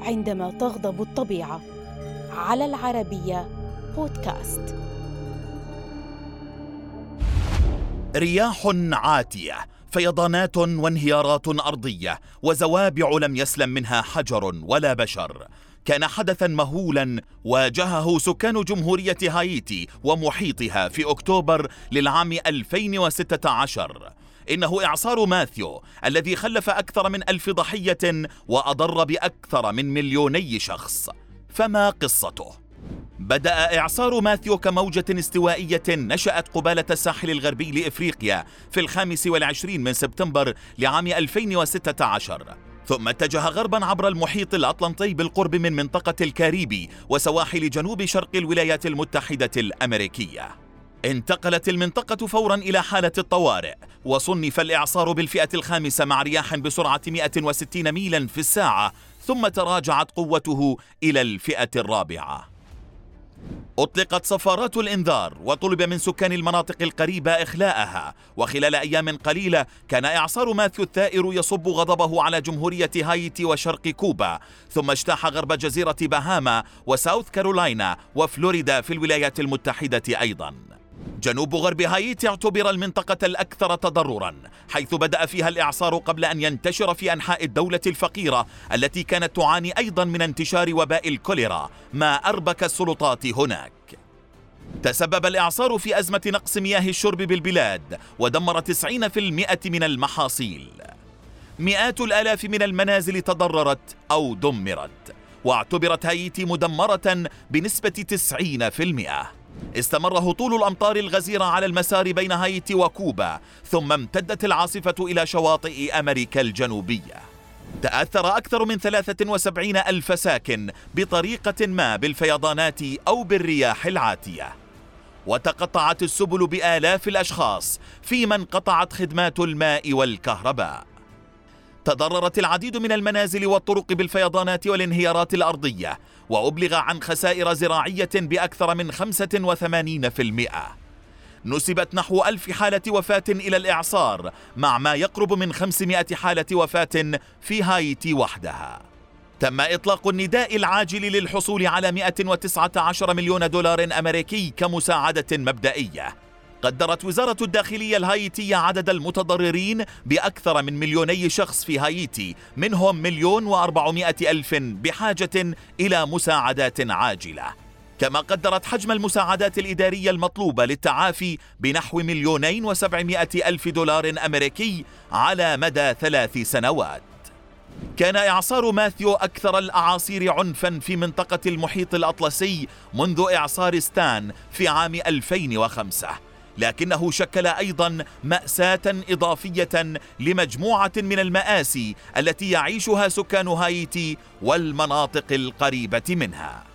عندما تغضب الطبيعة. على العربية بودكاست. رياح عاتية، فيضانات وانهيارات أرضية، وزوابع لم يسلم منها حجر ولا بشر. كان حدثاً مهولاً واجهه سكان جمهورية هايتي ومحيطها في أكتوبر للعام 2016. إنه إعصار ماثيو الذي خلف أكثر من 1000 ضحية وأضر بأكثر من 2,000,000 شخص. فما قصته؟ بدأ إعصار ماثيو كموجة استوائية نشأت قبالة الساحل الغربي لإفريقيا في 25 من سبتمبر لعام 2016، ثم اتجه غرباً عبر المحيط الأطلنطي بالقرب من منطقة الكاريبي وسواحل جنوب شرق الولايات المتحدة الأمريكية. انتقلت المنطقة فوراً إلى حالة الطوارئ، وصنف الإعصار بالفئة الخامسة مع رياح بسرعة 160 ميلاً في الساعة، ثم تراجعت قوته إلى الفئة الرابعة. أطلقت صفارات الإنذار وطلب من سكان المناطق القريبة إخلاءها، وخلال أيام قليلة كان إعصار ماثيو الثائر يصب غضبه على جمهورية هايتي وشرق كوبا، ثم اجتاح غرب جزيرة باهاما وساوث كارولاينا وفلوريدا في الولايات المتحدة أيضاً. جنوب غرب هايتي اعتبر المنطقة الأكثر تضرراً، حيث بدأ فيها الإعصار قبل أن ينتشر في أنحاء الدولة الفقيرة التي كانت تعاني أيضاً من انتشار وباء الكوليرا، ما أربك السلطات هناك. تسبب الإعصار في أزمة نقص مياه الشرب بالبلاد، ودمر 90% من المحاصيل. مئات الآلاف من المنازل تضررت أو دمرت، واعتبرت هايتي مدمرة بنسبة 90%. استمر هطول الأمطار الغزيرة على المسار بين هايتي وكوبا، ثم امتدت العاصفة إلى شواطئ أمريكا الجنوبية. تأثر أكثر من 73,000 ساكن بطريقة ما بالفيضانات أو بالرياح العاتية، وتقطعت السبل بآلاف الأشخاص، فيما انقطعت خدمات الماء والكهرباء. تضررت العديد من المنازل والطرق بالفيضانات والانهيارات الأرضية، وأبلغ عن خسائر زراعية بأكثر من 85%. نسبت نحو 1000 حالة وفاة إلى الإعصار، مع ما يقرب من 500 حالة وفاة في هايتي وحدها. تم إطلاق النداء العاجل للحصول على 119 مليون دولار أمريكي كمساعدة مبدئية. قدرت وزارة الداخلية الهايتية عدد المتضررين بأكثر من 2,000,000 شخص في هايتي، منهم 1,400,000 بحاجة إلى مساعدات عاجلة. كما قدرت حجم المساعدات الإدارية المطلوبة للتعافي بنحو 2,700,000 دولار أمريكي على مدى 3 سنوات. كان إعصار ماثيو أكثر الأعاصير عنفاً في منطقة المحيط الأطلسي منذ إعصار ستان في عام 2005، لكنه شكل أيضاً مأساة إضافية لمجموعة من المآسي التي يعيشها سكان هايتي والمناطق القريبة منها.